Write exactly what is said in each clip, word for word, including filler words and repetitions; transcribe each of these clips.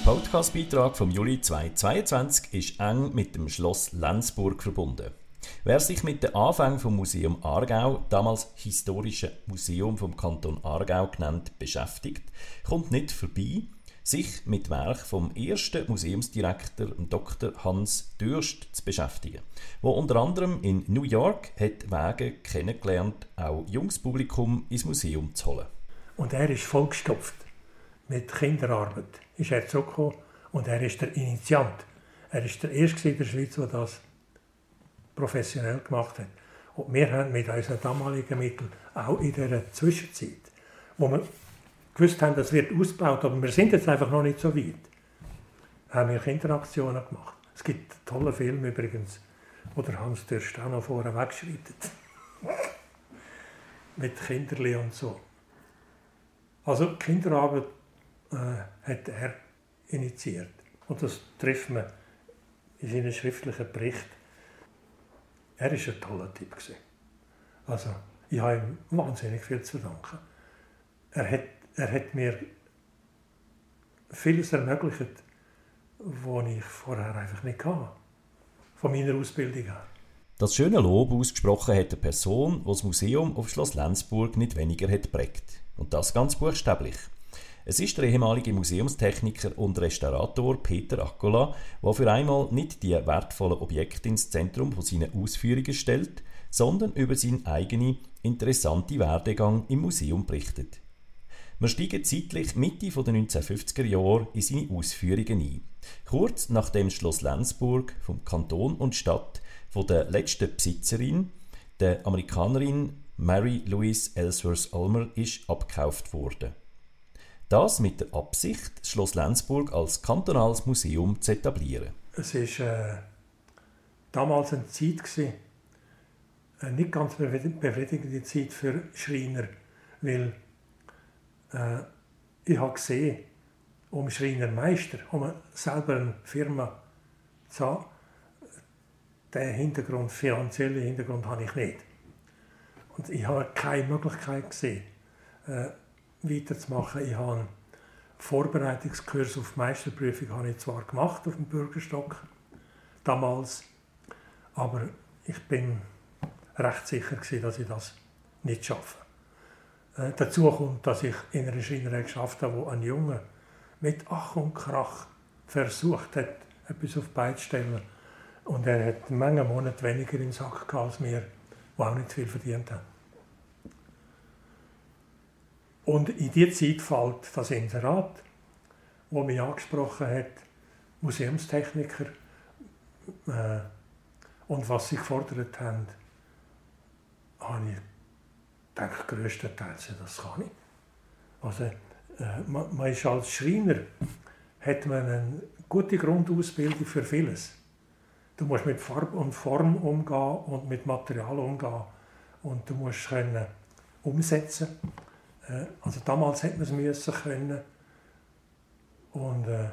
Podcast-Beitrag vom Juli zweitausendzweiundzwanzig ist eng mit dem Schloss Lenzburg verbunden. Wer sich mit den Anfängen vom Museum Aargau, damals Historische Museum vom Kanton Aargau genannt, beschäftigt, kommt nicht vorbei, sich mit Werk vom ersten Museumsdirektor Doktor Hans Dürst zu beschäftigen, wo unter anderem in New York hat Wege kennengelernt, auch junges Publikum ins Museum zu holen. Und er ist vollgestopft mit Kinderarbeit. Ist er zurückgekommen und er ist der Initiant. Er ist der Erste in der Schweiz, der das professionell gemacht hat. Und wir haben mit unseren damaligen Mitteln, auch in dieser Zwischenzeit, wo wir gewusst haben, das wird ausgebaut, aber wir sind jetzt einfach noch nicht so weit, haben wir Kinderaktionen gemacht. Es gibt einen tollen Film übrigens, wo der Hans Dürst auch noch vorne wegschreitet. Mit Kinderli und so. Also die Kinderarbeit äh, hat er initiiert. Und das trifft man in seinen schriftlichen Bericht. Er war ein toller Typ. Also, ich habe ihm wahnsinnig viel zu danken. Er hat, er hat mir vieles ermöglicht, was ich vorher einfach nicht hatte. Von meiner Ausbildung her. Das schöne Lob ausgesprochen hat eine Person, die das Museum auf Schloss Lenzburg nicht weniger hat geprägt. Und das ganz buchstäblich. Es ist der ehemalige Museumstechniker und Restaurator Peter Accola, der für einmal nicht die wertvollen Objekte ins Zentrum von seinen Ausführungen stellt, sondern über seinen eigenen interessanten Werdegang im Museum berichtet. Wir steigen zeitlich Mitte der neunzehnhundertfünfziger Jahre in seine Ausführungen ein. Kurz nachdem das Schloss Lenzburg vom Kanton und Stadt von der letzten Besitzerin, der Amerikanerin Mary Louise Ellsworth Ulmer, ist abgekauft worden. Das mit der Absicht, das Schloss Lenzburg als kantonales Museum zu etablieren. Es war äh, damals eine Zeit, gewesen, eine nicht ganz befriedigende Zeit für Schreiner, weil äh, ich habe gesehen, um Schreinermeister, um selber eine Firma zu haben, den Hintergrund, finanziellen Hintergrund habe ich nicht. Und ich habe keine Möglichkeit gesehen, äh, weiterzumachen. Ich habe einen Vorbereitungskurs auf die Meisterprüfung habe ich zwar gemacht auf dem Bürgerstock damals, aber ich bin recht sicher gewesen, dass ich das nicht schaffe. Äh, dazu kommt, dass ich in einer Schreinerei geschafft habe, wo ein Junge mit Ach und Krach versucht hat, etwas auf die Beine zu stellen. Und er hat eine Menge Monate weniger im Sack gehabt als wir, die auch nicht viel verdient haben. Und in diese Zeit fällt das Inserat, das mich angesprochen hat, Museumstechniker, äh, und was sie gefordert haben, habe ich gedacht, grösstenteils, das kann ich. Also, äh, man, man ist als Schreiner, hat man eine gute Grundausbildung für vieles. Du musst mit Farbe und Form umgehen und mit Material umgehen und du musst können umsetzen. Also damals hätte man es müssen können. Und äh,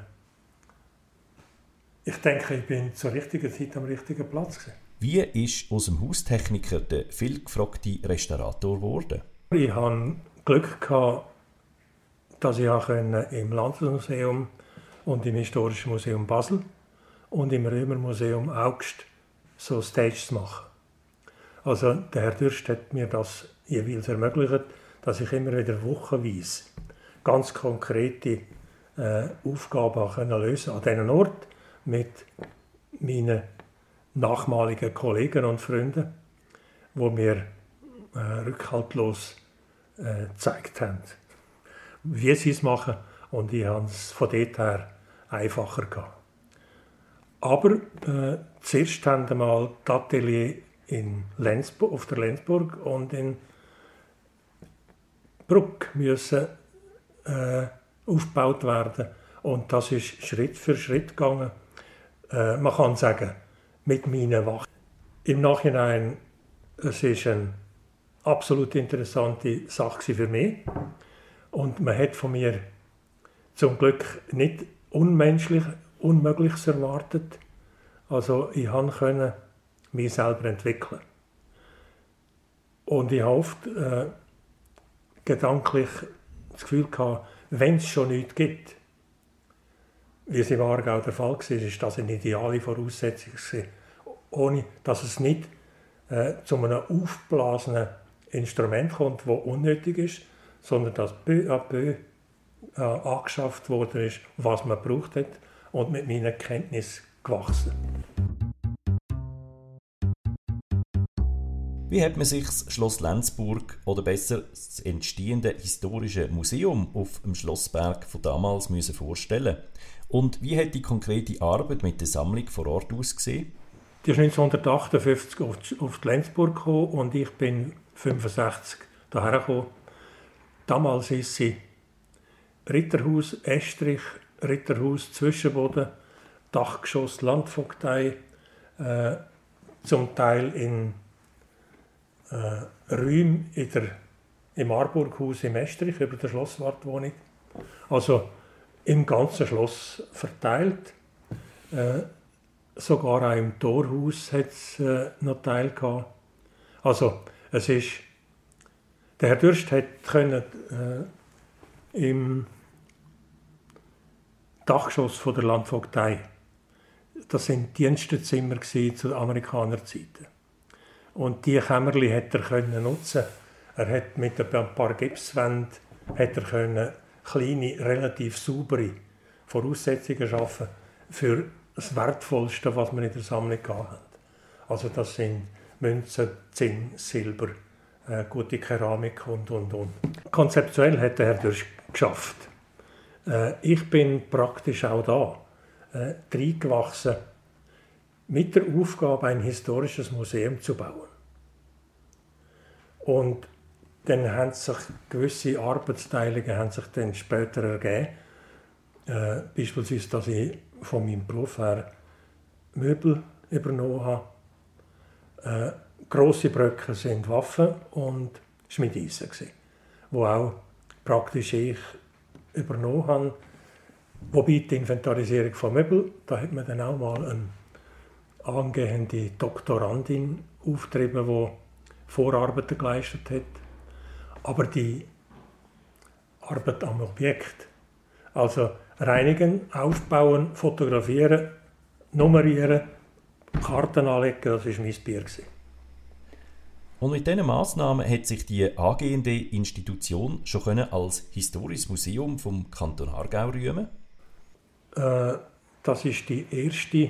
ich denke, ich bin zur richtigen Zeit am richtigen Platz gewesen. Wie ist aus dem Haustechniker der vielgefragte Restaurator geworden? Ich hatte Glück gehabt, dass ich auch im Landesmuseum und im Historischen Museum Basel und im Römermuseum Augst so Stages machen. Also der Herr Dürst hat mir das jeweils ermöglicht, dass ich immer wieder wochenweise ganz konkrete äh, Aufgaben lösen konnte an diesem Ort mit meinen nachmaligen Kollegen und Freunden, die mir äh, rückhaltlos äh, gezeigt haben, wie sie es machen, und ich habe es von dort her einfacher gehabt. Aber äh, zuerst haben wir mal das Atelier in Lenzburg, auf der Lenzburg und in Bruck müssen äh, aufgebaut werden. Und das ist Schritt für Schritt gegangen. Äh, man kann sagen, mit meinen Wachen. Im Nachhinein, es ist eine absolut interessante Sache für mich. Und man hat von mir zum Glück nicht unmenschlich, Unmögliches erwartet. Also ich konnte mich selber entwickeln. Und ich habe oft äh, gedanklich das Gefühl gehabt, wenn es schon nichts gibt, wie es im Aargau der Fall war, ist das eine ideale Voraussetzung gewesen, ohne dass es nicht äh, zu einem aufgeblasenen Instrument kommt, das unnötig ist, sondern dass peu à peu äh, angeschafft worden ist, was man gebraucht hat und mit meiner Kenntnis gewachsen. Wie hat man sich das Schloss Lenzburg oder besser das entstehende historische Museum auf dem Schlossberg von damals müssen vorstellen? Und wie hat die konkrete Arbeit mit der Sammlung vor Ort ausgesehen? Die ist neunzehnhundertachtundfünfzig auf die Lenzburg gekommen und ich bin fünfundsechzig hierher gekommen. Damals ist sie Ritterhaus Estrich, Ritterhaus Zwischenboden, Dachgeschoss Landvogtei, äh, zum Teil in äh, Räumen in der, im Marburghaus im Estrich über der Schlosswartwohnung. Also im ganzen Schloss verteilt. Äh, sogar auch im Torhaus hat es äh, noch Teil gehabt. Also es ist, der Herr Dürst hat können, äh, im Dachgeschoss von der Landvogtei, das sind Dienstezimmer zu Amerikanerzeiten. Und diese Kämmerli hat er können nutzen. Er hat mit ein paar Gipswänden hat er können kleine, relativ saubere Voraussetzungen schaffen für das Wertvollste, was wir in der Sammlung hatten. Also das sind Münzen, Zinn, Silber, äh, gute Keramik und, und, und. Konzeptuell hat der Herr Dürst geschafft. Äh, ich bin praktisch auch da äh, reingewachsen, mit der Aufgabe, ein historisches Museum zu bauen. Und dann haben sich gewisse Arbeitsteilungen haben sich dann später ergeben. Äh, beispielsweise, dass ich von meinem Beruf her Möbel übernommen habe. Äh, grosse Bröcke sind Waffen und Schmiedeisen, wo auch praktisch ich übernommen habe. Wobei die Inventarisierung von Möbeln, da hat man dann auch mal eine angehende Doktorandin aufgetrieben, die Vorarbeiten geleistet hat. Aber die Arbeit am Objekt, also reinigen, aufbauen, fotografieren, nummerieren, Karten anlegen, das war mein Bier. Und mit diesen Massnahmen hat sich die angehende Institution schon können als historisches Museum vom Kanton Aargau rühmen? Äh, das ist die erste,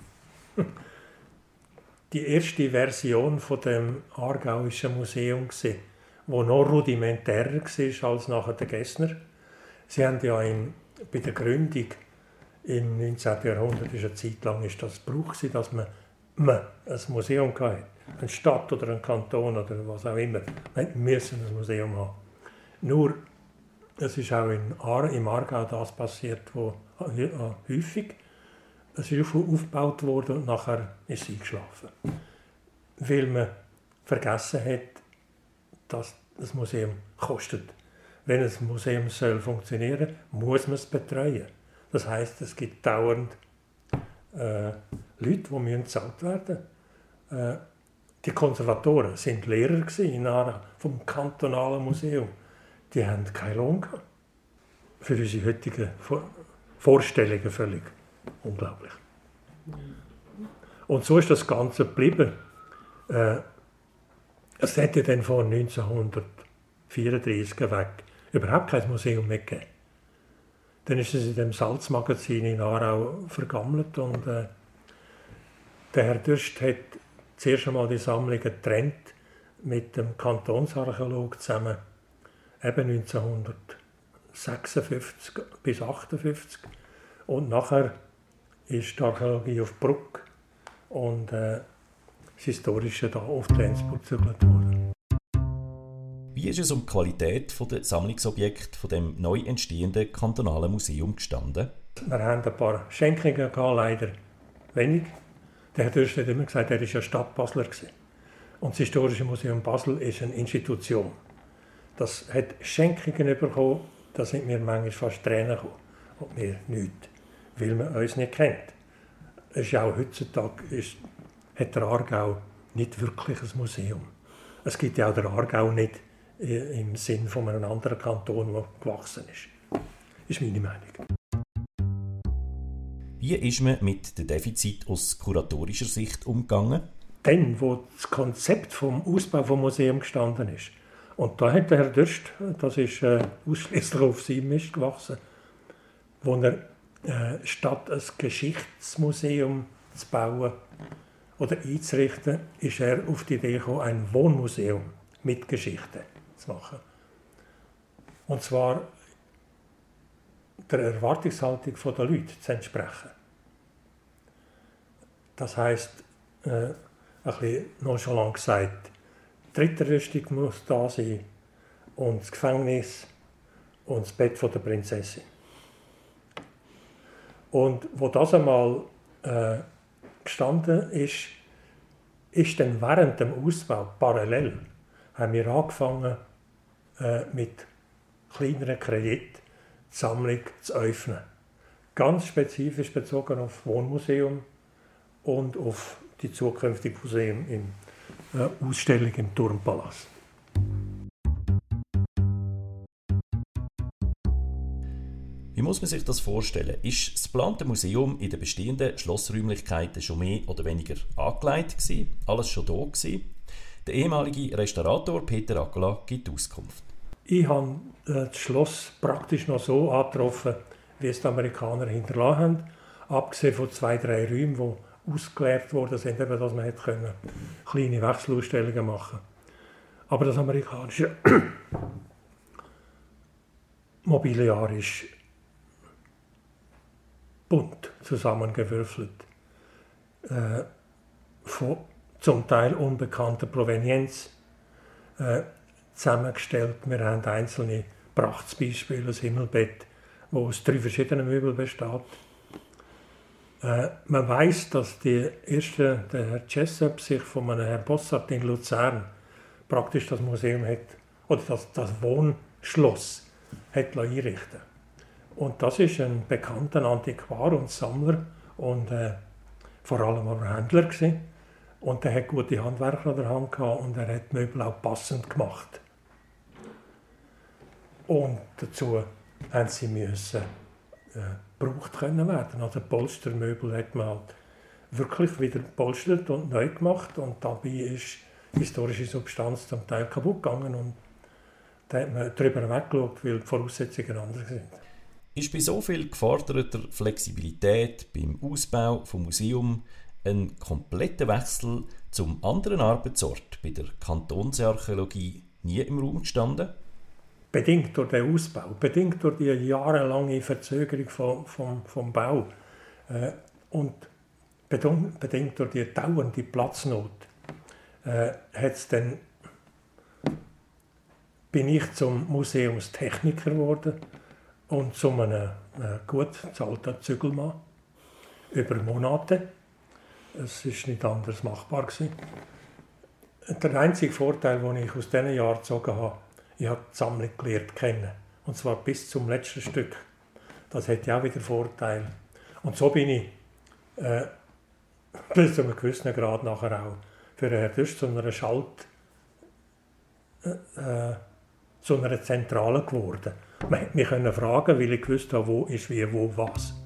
die erste Version von dem Aargauischen Museum, die noch rudimentärer war als nachher der Gessner. Sie haben ja in, bei der Gründung im neunzehnten Jahrhundert ist eine Zeit lang ist das Brauch, dass man, man ein Museum hatte. Eine Stadt oder ein Kanton oder was auch immer. Man musste ein Museum haben. Nur, es ist auch in Aar, im Aargau das passiert, wo äh, häufig es ist aufgebaut worden und nachher ist es eingeschlafen. Weil man vergessen hat, dass das Museum kostet. Wenn ein Museum soll funktionieren soll, muss man es betreuen. Das heisst, es gibt dauernd äh, Leute, die müssen bezahlt werden. Äh, die Konservatoren waren Lehrer in Aarau vom kantonalen Museum. Die hatten keinen Lohn gehabt. Für unsere heutigen Vorstellungen völlig unglaublich. Und so ist das Ganze geblieben. Äh, es hätte dann von neunzehnhundertvierunddreißig weg überhaupt kein Museum mehr gegeben. Dann ist es in dem Salzmagazin in Aarau vergammelt und äh, der Herr Dürst hat zuerst einmal die Sammlung getrennt mit dem Kantonsarchäolog zusammen, eben neunzehnhundertsechsundfünfzig bis achtundfünfzig. Und nachher ist die Archäologie auf Bruck und äh, das Historische da auf Lenzburg gezügelt worden. Wie ist es um die Qualität der Sammlungsobjekte von dem neu entstehenden kantonalen Museum gestanden? Wir haben ein paar Schenkungen gehabt, leider wenig. Der Herr Dürst hat immer gesagt, er war ja Stadtbasler. Und das Historische Museum Basel ist eine Institution. Das hat Schenkungen bekommen, da sind mir manchmal fast Tränen gekommen. Und mir nichts, weil man uns nicht kennt. Es ist auch heutzutage ist, hat der Aargau nicht wirklich ein Museum. Es gibt ja auch der Aargau nicht im Sinn von einem anderen Kanton, der gewachsen ist. Das ist meine Meinung. Wie ist man mit dem Defizit aus kuratorischer Sicht umgegangen? Dann, wo das Konzept vom Ausbau des Museums gestanden ist. Und da hat der Herr Dürst, das ist äh, ausschließlich auf seinem Mist gewachsen, wo er äh, statt ein Geschichtsmuseum zu bauen oder einzurichten, ist er auf die Idee gekommen, ein Wohnmuseum mit Geschichte zu machen. Und zwar der Erwartungshaltung der Leute zu entsprechen. Das heisst, äh, ein bisschen nonchalant gesagt, die Ritterrüstung muss da sein und das Gefängnis und das Bett von der Prinzessin. Und wo das einmal äh, gestanden ist, ist dann während dem Ausbau parallel haben wir angefangen äh, mit kleineren Krediten die Sammlung zu öffnen. Ganz spezifisch bezogen auf das Wohnmuseum und auf die zukünftige Museum in äh, Ausstellung im Turmpalast. Wie muss man sich das vorstellen? Ist das geplante Museum in den bestehenden Schlossräumlichkeiten schon mehr oder weniger angelegt gewesen? Alles schon da gewesen? Der ehemalige Restaurator Peter Accola gibt Auskunft. Ich habe das Schloss praktisch noch so angetroffen, wie es die Amerikaner hinterlassen haben. Abgesehen von zwei, drei Räumen, die ausgeleert worden sind, eben, dass man können, kleine Wechselausstellungen machen konnte. Aber das amerikanische Mobiliar ist bunt zusammengewürfelt. Äh, von zum Teil unbekannter Provenienz äh, zusammengestellt. Wir haben einzelne Prachtbeispiele, das Himmelbett, das aus drei verschiedenen Möbeln besteht. Äh, man weiss, dass die erste, der Herr Jessup sich von einem Herrn Bossart in Luzern praktisch das Museum hat, oder das, das Wohnschloss hat einrichten. Und das ist ein bekannter Antiquar und Sammler und äh, vor allem aber Händler gewesen. Und er hat gute Handwerker an der Hand gehabt und er hat die Möbel auch passend gemacht. Und dazu haben sie müssen äh, gebraucht können werden. Also Polstermöbel hat man halt wirklich wieder gepolstert und neu gemacht und dabei ist historische Substanz zum Teil kaputt gegangen und da hat man darüber weggeschaut, weil die Voraussetzungen anders sind. Ist bei so viel geforderter Flexibilität beim Ausbau des Museums ein kompletter Wechsel zum anderen Arbeitsort bei der Kantonsarchäologie nie im Raum gestanden? Bedingt durch den Ausbau, bedingt durch die jahrelange Verzögerung vom, vom, vom Bau äh, und bedingt durch die dauernde Platznot äh, hat's dann, bin ich zum Museumstechniker geworden und zu einem äh, gut bezahlten Zügelmann über Monate. Es war nicht anders machbar gewesen. Der einzige Vorteil, den ich aus diesen Jahren gezogen habe, ich habe die Sammlung gelernt kennen. Und zwar bis zum letzten Stück. Das hat ja auch wieder Vorteil. Und so bin ich äh, bis zu einem gewissen Grad nachher auch für Herrn Dürst zu einer Schalt, äh, äh, zu einer Zentrale geworden. Man konnte mich fragen, weil ich gewusst habe, wo ist wie, wo was.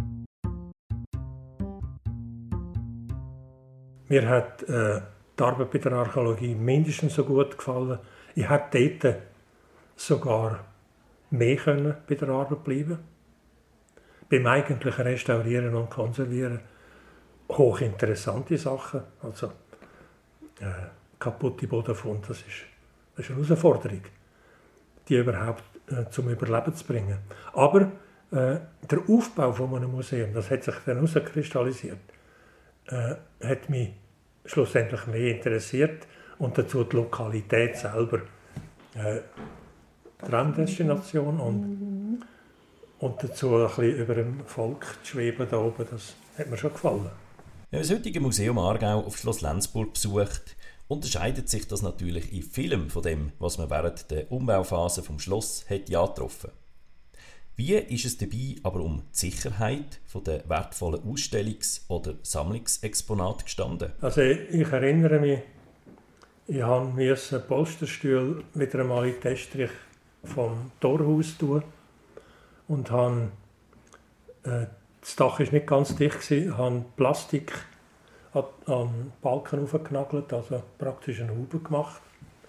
Mir hat äh, die Arbeit bei der Archäologie mindestens so gut gefallen. Ich hätte dort sogar mehr können bei der Arbeit bleiben. Beim eigentlichen Restaurieren und Konservieren hochinteressante Sachen. Also äh, kaputte Bodenfunde, das ist, das ist eine Herausforderung, die überhaupt äh, zum Überleben zu bringen. Aber äh, der Aufbau von einem Museum, das hat sich dann herauskristallisiert, äh, hat mich schlussendlich mehr interessiert und dazu die Lokalität selber, äh, die Renndestination und, und dazu ein bisschen über dem Volk zu schweben da oben, das hat mir schon gefallen. Wenn man das heutige Museum Aargau auf Schloss Lenzburg besucht, unterscheidet sich das natürlich in vielem von dem, was man während der Umbauphase vom Schloss hat angetroffen. Wie ist es dabei aber um die Sicherheit der wertvollen Ausstellungs- oder Sammlungsexponate gestanden? Also ich erinnere mich, ich musste Polsterstühle wieder einmal in den Teststrich vom Torhaus tun und habe äh, das Dach war nicht ganz dicht, ich habe Plastik an den Balken aufgenagelt, also praktisch einen Huber gemacht.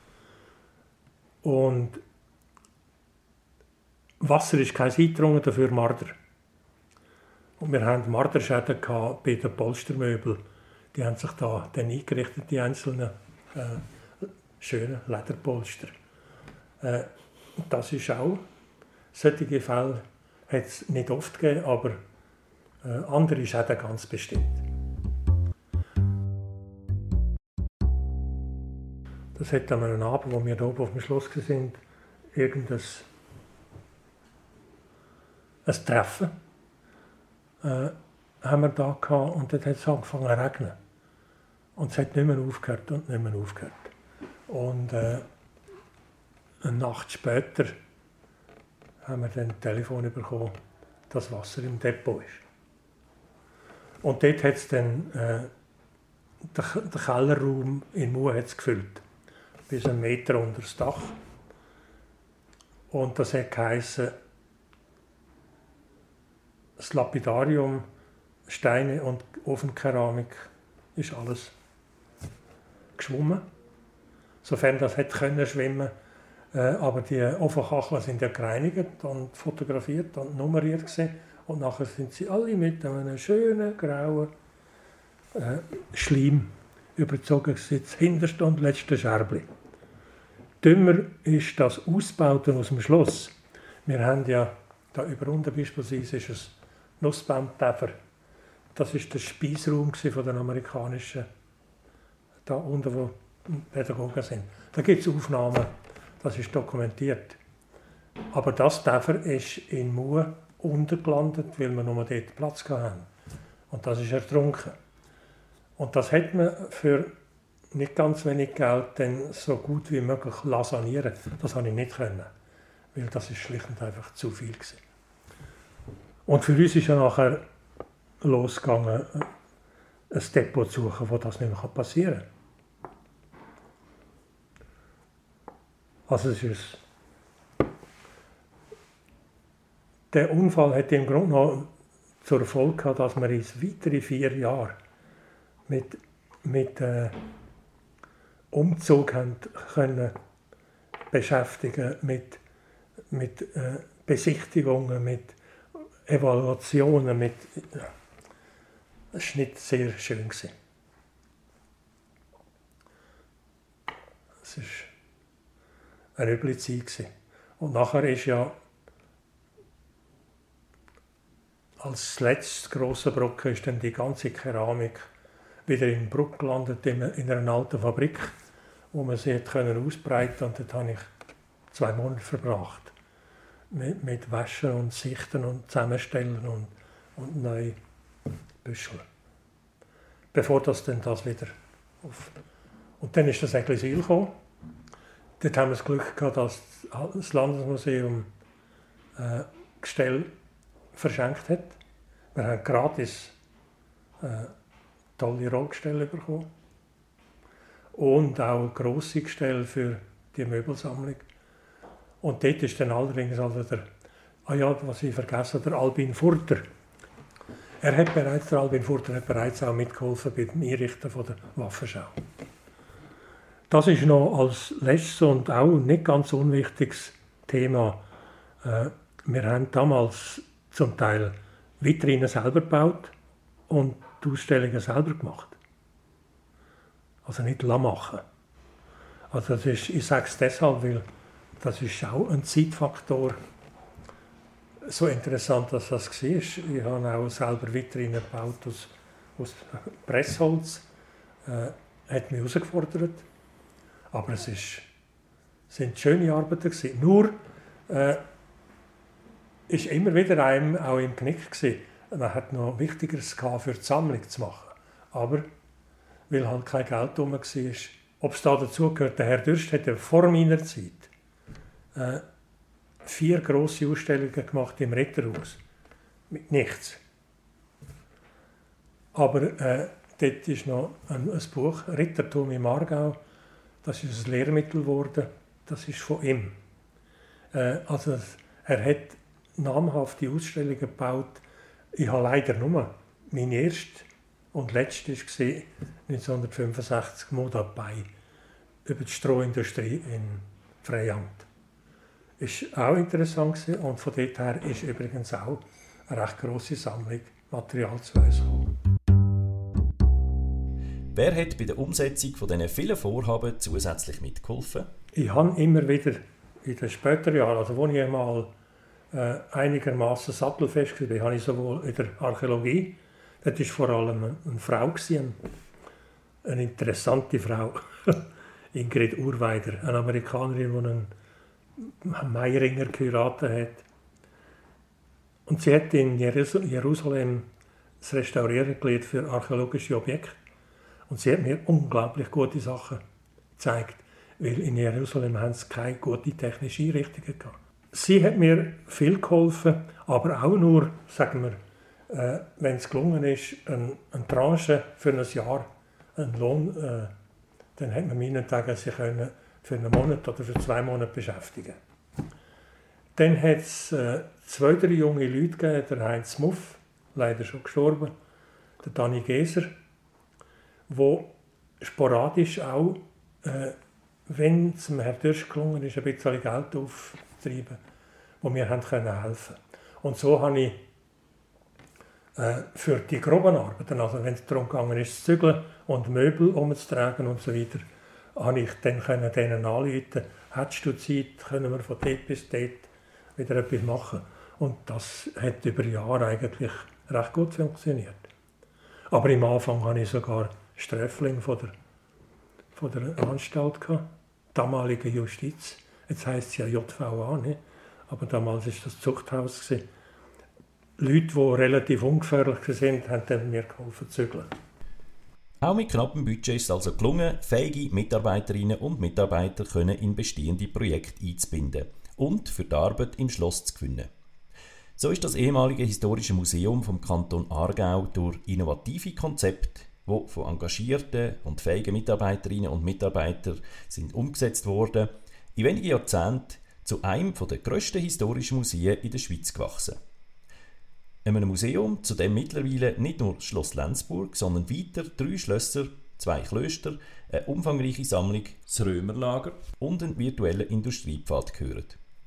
Und Wasser ist kein eingedrungen, dafür Marder. Und wir hatten Marderschäden bei den Polstermöbeln. Die haben sich da dann eingerichtet, die einzelnen äh, schönen Lederpolster. Äh, das ist auch, solche Fälle hat es nicht oft gegeben, aber äh, andere Schäden ganz bestimmt. Das hat an einem Abend, wo wir hier oben auf dem Schloss waren, irgendein ein Treffen äh, haben wir da gehabt, und dann hat es angefangen zu regnen. Und es hat nicht mehr aufgehört und nicht mehr aufgehört. Und äh, eine Nacht später haben wir dann ein Telefon bekommen, dass Wasser im Depot ist. Und dort hat es dann äh, den, den Kellerraum in Mue hat's gefüllt, bis einen Meter unter das Dach. Und das hat geheissen, das Lapidarium, Steine und Ofenkeramik ist alles geschwommen, sofern das hätte können schwimmen. Äh, aber die Ofenkacheln sind ja gereinigt und fotografiert und nummeriert gewesen. Und nachher sind sie alle mit einem schönen grauen äh, Schleim überzogen, das hinterste und letzte Scherbli. Dümmer ist das Ausbauten aus dem Schloss. Wir haben ja da über unten beispielsweise ist es Nussbaumtäfer. Das war der Speisraum von den amerikanischen, da unten, wo Pädagogen sind. Da gibt es Aufnahmen, das ist dokumentiert. Aber das Täfer ist in Mue untergelandet, weil wir nur dort Platz hatten. Und das ist ertrunken. Und das hat man für nicht ganz wenig Geld dann so gut wie möglich lasanieren. Das konnte ich nicht können, weil das ist schlicht und einfach zu viel gewesen. Und für uns ist ja nachher losgegangen, ein Depot zu suchen, wo das nicht mehr passieren kann. Also es ist, der Unfall hat im Grunde noch zur Folge gehabt, dass wir uns weitere vier Jahre mit, mit äh, Umzug haben können beschäftigen, mit, mit äh, Besichtigungen, mit Evaluationen, mit, ja, das war nicht sehr schön. Es war eine üble Zeit. Und nachher ist ja als letztes grosse Brocken ist dann die ganze Keramik wieder in Bruck gelandet, in einer alten Fabrik, wo man sie können ausbreiten konnte. Und dort habe ich zwei Monate verbracht. Mit, mit Waschen und Sichten und Zusammenstellen und, und neu büscheln. Bevor das dann das wieder auf... Und dann ist das Egliswil gekommen. Dort haben wir das Glück gehabt, dass das Landesmuseum äh, Gestell verschenkt hat. Wir haben gratis äh, tolle Rollgestelle bekommen. Und auch grosse Gestelle für die Möbelsammlung. Und dort ist dann allerdings also der, ah ja, was ich vergessen, der Albin Furter. Er hat bereits, der Albin Furter hat bereits auch mitgeholfen bei dem Einrichten von der Waffenschau. Das ist noch als letztes und auch nicht ganz unwichtiges Thema. Äh, wir haben damals zum Teil Vitrinen selber gebaut und die Ausstellungen selber gemacht. Also nicht machen. Also das ist, ich sage es deshalb, weil das ist auch ein Zeitfaktor. So interessant, dass das war. Ich habe auch selber Vitrinen gebaut aus, aus Pressholz. Äh, hat mich herausgefordert. Aber es ist, sind schöne Arbeiten gewesen. Nur äh, ist immer wieder einem auch im Knick gewesen. Man hat noch Wichtigeres gehabt, für die Sammlung zu machen. Aber weil halt kein Geld rum war, ob es da dazugehört, der Herr Dürst hat ja vor meiner Zeit äh, vier grosse Ausstellungen gemacht im Ritterhaus. Mit nichts. Aber äh, dort ist noch ein, ein Buch, Rittertum im Aargau. Das ist ein Lehrmittel geworden. Das ist von ihm. Äh, also er hat namhafte Ausstellungen gebaut Ich habe leider nur, mein erster und letzter war neunzehnhundertfünfundsechzig Modabei über die Strohindustrie in Freiamt. Das war auch interessant gewesen. Und von dort her ist übrigens auch eine recht grosse Sammlung Material zu uns gekommen. Wer hat bei der Umsetzung von diesen vielen Vorhaben zusätzlich mitgeholfen? Ich habe immer wieder in den späteren Jahren, also als ich einmal äh, einigermaßen sattelfest war, habe ich sowohl in der Archäologie, das war vor allem eine, eine Frau, eine, eine interessante Frau, Ingrid Urweider, eine Amerikanerin, die einen Meiringer geheiratet hat. Und sie hat in Jerusalem das Restaurieren gelernt für archäologische Objekte. Und sie hat mir unglaublich gute Sachen gezeigt, weil in Jerusalem haben sie keine gute technische Einrichtungen gehabt. Sie hat mir viel geholfen, aber auch nur, sagen wir, äh, wenn es gelungen ist, eine, eine Tranche für ein Jahr, einen Lohn, äh, dann hat man meinetwegen sich können für einen Monat oder für zwei Monate beschäftigen. Dann hat es äh, zwei, drei junge Leute gegeben, der Heinz Muff, leider schon gestorben, der Dani Geser, wo sporadisch auch, äh, wenn es dem Herrn Dürsch gelungen ist, ein bisschen Geld aufzutreiben, wo wir haben können helfen. Und so habe ich äh, für die groben Arbeiten, also wenn es darum gegangen ist, zu zügeln und Möbel umzutragen und so weiter, habe ich dann können denen anrufen, hättest du Zeit, können wir von dort bis dort wieder etwas machen. Und das hat über Jahre eigentlich recht gut funktioniert. Aber am Anfang hatte ich sogar Sträfling von der, von der Anstalt gehabt, damalige Justiz. Jetzt heisst es ja J V A, nicht? Aber damals war das Zuchthaus gewesen. Leute, die relativ ungefährlich sind, haben mir geholfen zu zügeln. Auch mit knappem Budget ist es also gelungen, fähige Mitarbeiterinnen und Mitarbeiter können in bestehende Projekte einzubinden und für die Arbeit im Schloss zu gewinnen. So ist das ehemalige Historische Museum vom Kanton Aargau durch innovative Konzepte, die von engagierten und fähigen Mitarbeiterinnen und Mitarbeitern sind umgesetzt wurden, in wenigen Jahrzehnten zu einem der grössten historischen Museen in der Schweiz gewachsen. Einem Museum, zu dem mittlerweile nicht nur das Schloss Lenzburg, sondern weiter drei Schlösser, zwei Klöster, eine umfangreiche Sammlung, das Römerlager und ein virtueller Industriepfad gehören.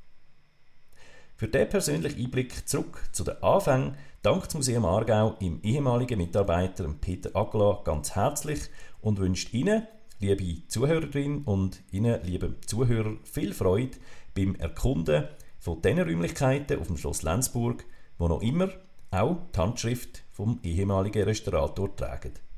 Für diesen persönlichen Einblick zurück zu den Anfängen dankt das Museum Aargau im ehemaligen Mitarbeiter Peter Agla ganz herzlich und wünscht Ihnen, liebe Zuhörerinnen und Ihnen, liebe Zuhörer, viel Freude beim Erkunden von diesen Räumlichkeiten auf dem Schloss Lenzburg, wo noch immer auch die Handschrift vom ehemaligen Restaurator tragen.